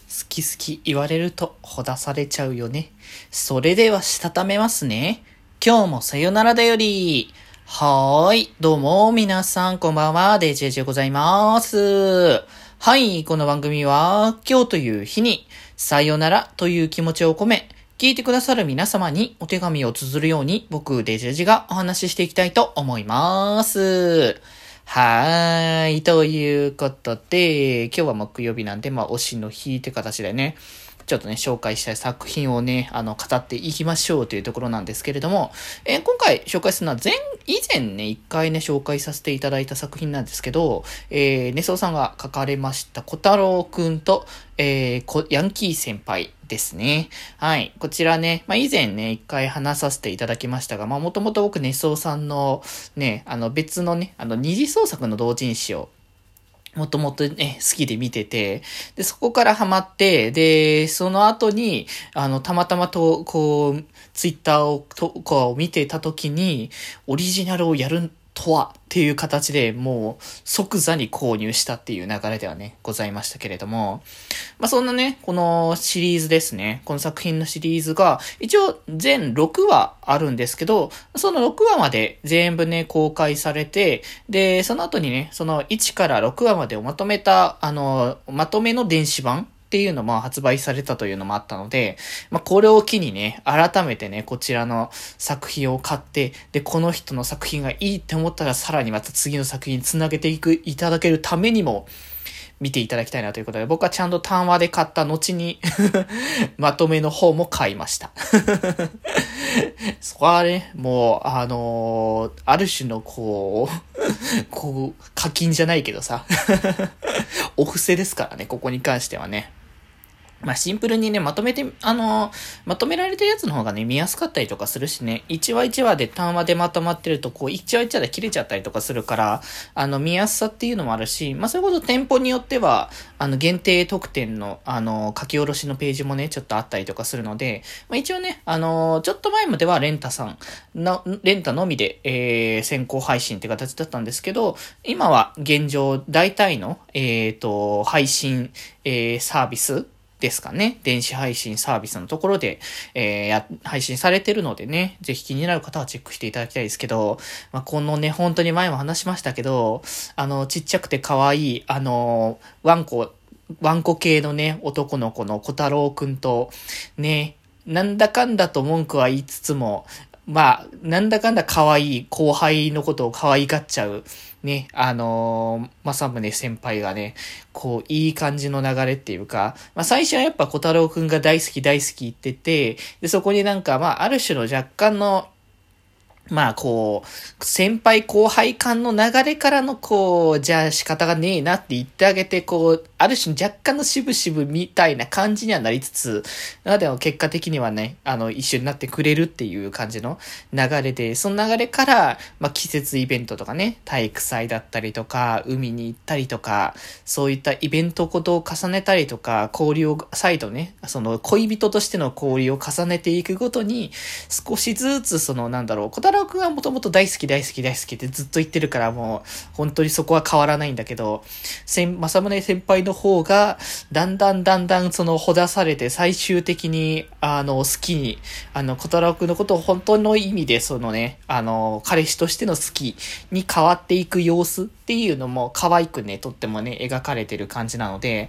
好き好き言われるとほだされちゃうよね。それではしたためますね。今日もさよならだより。はーい。どうも皆さんこんばんは。デジェジェございます。はい。この番組は今日という日にさよならという気持ちを込め、聞いてくださる皆様にお手紙を綴るように僕デジェジがお話ししていきたいと思います。はーい。ということで、今日は木曜日なんで、推しの日って形でね、ちょっとね、紹介したい作品をね、語っていきましょうというところなんですけれども、今回紹介するのは以前ね、一回ね、紹介させていただいた作品なんですけど、ネソさんが書かれました、小太郎くんと、ヤンキー先輩ですね。はい。こちらね、以前ね、一回話させていただきましたが、もともと僕、ネソさんのね、別のね、二次創作の同人誌を、もともとね、好きで見てて、で、そこからハマって、で、その後に、たまたまと、ツイッターを見てた時に、オリジナルをやるとはっていう形でもう即座に購入したっていう流れではね、ございましたけれども、そんなね、このシリーズですね、この作品のシリーズが、一応全6話あるんですけど、その6話まで全部ね、公開されて、で、その後にね、その1から6話までをまとめた、まとめの電子版っていうのも発売されたというのもあったので、これを機にね、改めてね、こちらの作品を買って、で、この人の作品がいいって思ったら、さらにまた次の作品につなげていただけるためにも、見ていただきたいなということで、僕はちゃんと単話で買った後にまとめの方も買いましたそこはね、もう、ある種の課金じゃないけどさお布施ですからね、ここに関してはね。シンプルにね、まとめられたやつの方がね、見やすかったりとかするしね、1話1話で単話でまとまってると、1話1話で切れちゃったりとかするから、見やすさっていうのもあるし、それこそ店舗によっては、限定特典の、書き下ろしのページもね、ちょっとあったりとかするので、一応ね、ちょっと前まではレンタのみで、先行配信って形だったんですけど、今は現状、大体の、配信、サービス、ですかね。電子配信サービスのところで、配信されてるのでね、ぜひ気になる方はチェックしていただきたいですけど、このね、本当に前も話しましたけど、ちっちゃくて可愛い、ワンコ系のね、男の子の小太郎くんと、ね、なんだかんだと文句は言いつつも、なんだかんだ可愛い後輩のことを可愛がっちゃう、ね、正宗先輩がね、いい感じの流れっていうか、最初はやっぱ小太郎くんが大好き言ってて、で、そこになんか、ある種の若干の、先輩後輩間の流れからのじゃあ仕方がねえなって言ってあげて、ある種若干の渋々みたいな感じにはなりつつ、でも結果的にはね、一緒になってくれるっていう感じの流れで、その流れから、季節イベントとかね、体育祭だったりとか、海に行ったりとか、そういったイベントことを重ねたりとか、交流を再度ね、その恋人としての交流を重ねていくごとに、少しずつ小太郎くんはもともと大好きってずっと言ってるからもう本当にそこは変わらないんだけど、正宗先輩の方がだんだんほだされて最終的に好きに小太郎くんのことを本当の意味で彼氏としての好きに変わっていく様子っていうのも可愛くね、とってもね描かれてる感じなので、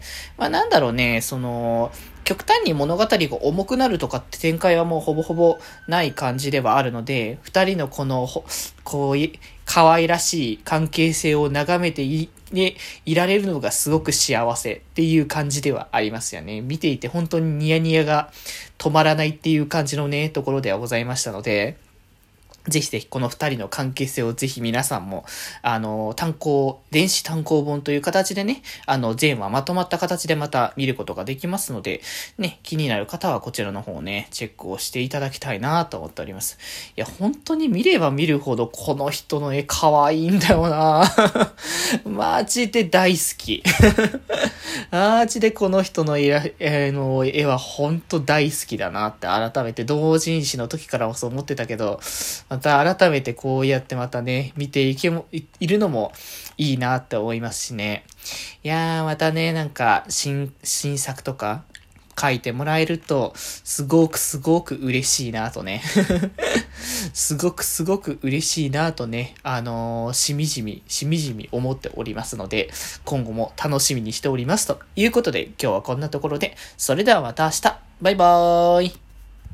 極端に物語が重くなるとかって展開はもうほぼほぼない感じではあるので、二人の可愛らしい関係性を眺めていられるのがすごく幸せっていう感じではありますよね。見ていて本当にニヤニヤが止まらないっていう感じのね、ところではございましたので、ぜひぜひこの二人の関係性をぜひ皆さんも、電子単行本という形でね、全話まとまった形でまた見ることができますので、ね、気になる方はこちらの方をね、チェックをしていただきたいなと思っております。いや、本当に見れば見るほどこの人の絵可愛いんだよなマジで大好き。マジでこの人の絵は本当大好きだなって改めて同人誌の時からもそう思ってたけど、 また改めてこうやってまたね、見ているのもいいなって思いますしね。いやー、またね、なんか、新作とか、書いてもらえると、すごく嬉しいなとね。すごく嬉しいなとね、しみじみ思っておりますので、今後も楽しみにしております。ということで、今日はこんなところで、それではまた明日、バイバーイ。